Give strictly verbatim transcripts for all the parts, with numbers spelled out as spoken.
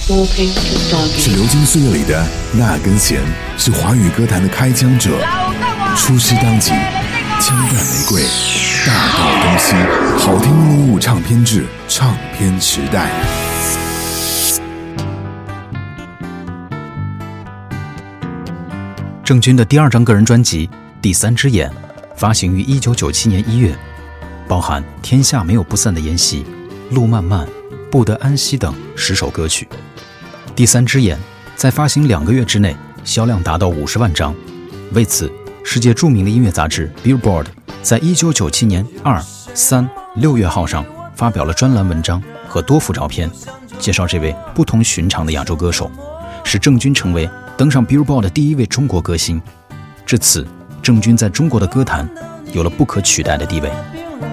是流金岁月里的那根弦，是华语歌坛的开疆者。出师当即，枪弹玫瑰，大道东西，好听一零五唱片志，唱片时代。 郑钧的第二张个人专辑《第三只眼》发行于一九九七年一月，包含《天下没有不散的筵席》、《路漫漫》、《不得安息》等十首歌曲。《第三只眼》在发行两个月之内销量达到五十万张，为此，世界著名的音乐杂志 Billboard 在一九九七年二、三、六月号上发表了专栏文章和多幅照片，介绍这位不同寻常的亚洲歌手，使郑钧成为登上 Billboard 的第一位中国歌星。至此，郑钧在中国的歌坛有了不可取代的地位。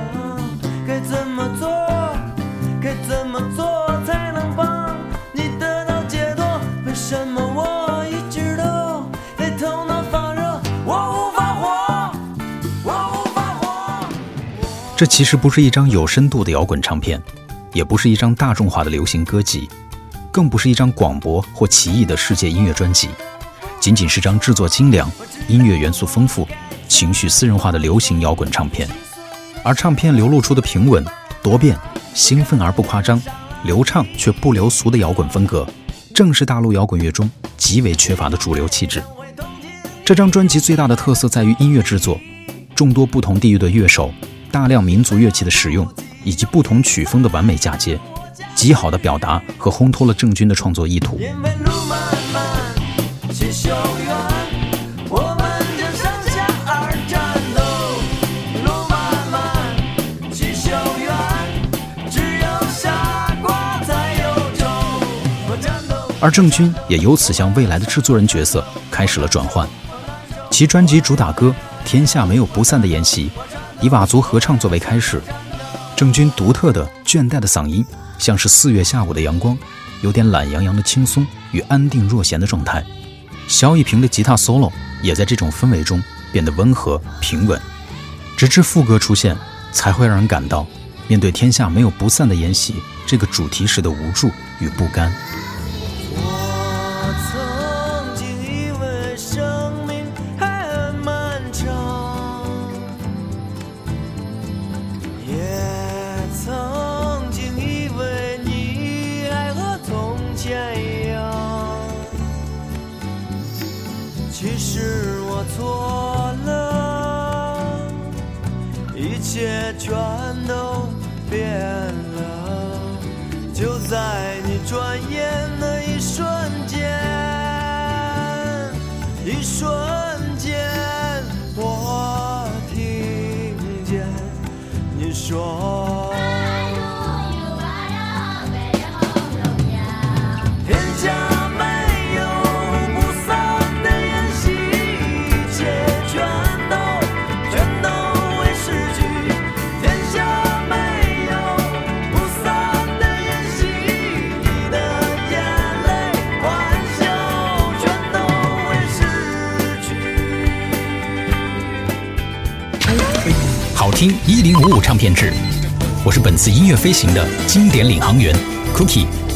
这其实不是一张有深度的摇滚唱片，也不是一张大众化的流行歌集，更不是一张广博或奇异的世界音乐专辑，仅仅是张制作精良、音乐元素丰富、情绪私人化的流行摇滚唱片。而唱片流露出的平稳、多变、兴奋而不夸张、流畅却不流俗的摇滚风格，正是大陆摇滚乐中极为缺乏的主流气质。这张专辑最大的特色在于音乐制作，众多不同地域的乐手，大量民族乐器的使用，以及不同曲风的完美嫁接，极好的表达和烘托了郑钧的创作意图。而郑钧也由此向未来的制作人角色开始了转换。其专辑主打歌《天下没有不散的筵席》以佤族合唱作为开始，郑钧独特的倦怠的嗓音像是四月下午的阳光，有点懒洋洋的轻松与安定若闲的状态。萧一平的吉他 solo 也在这种氛围中变得温和平稳，直至副歌出现，才会让人感到面对天下没有不散的筵席这个主题时的无助与不甘。 其实我错了，一切全都变了，就在你转眼的一瞬间，一瞬间，我听见你说。 好听一零五五唱片志，我是本次音乐飞行的经典领航员 Cookie。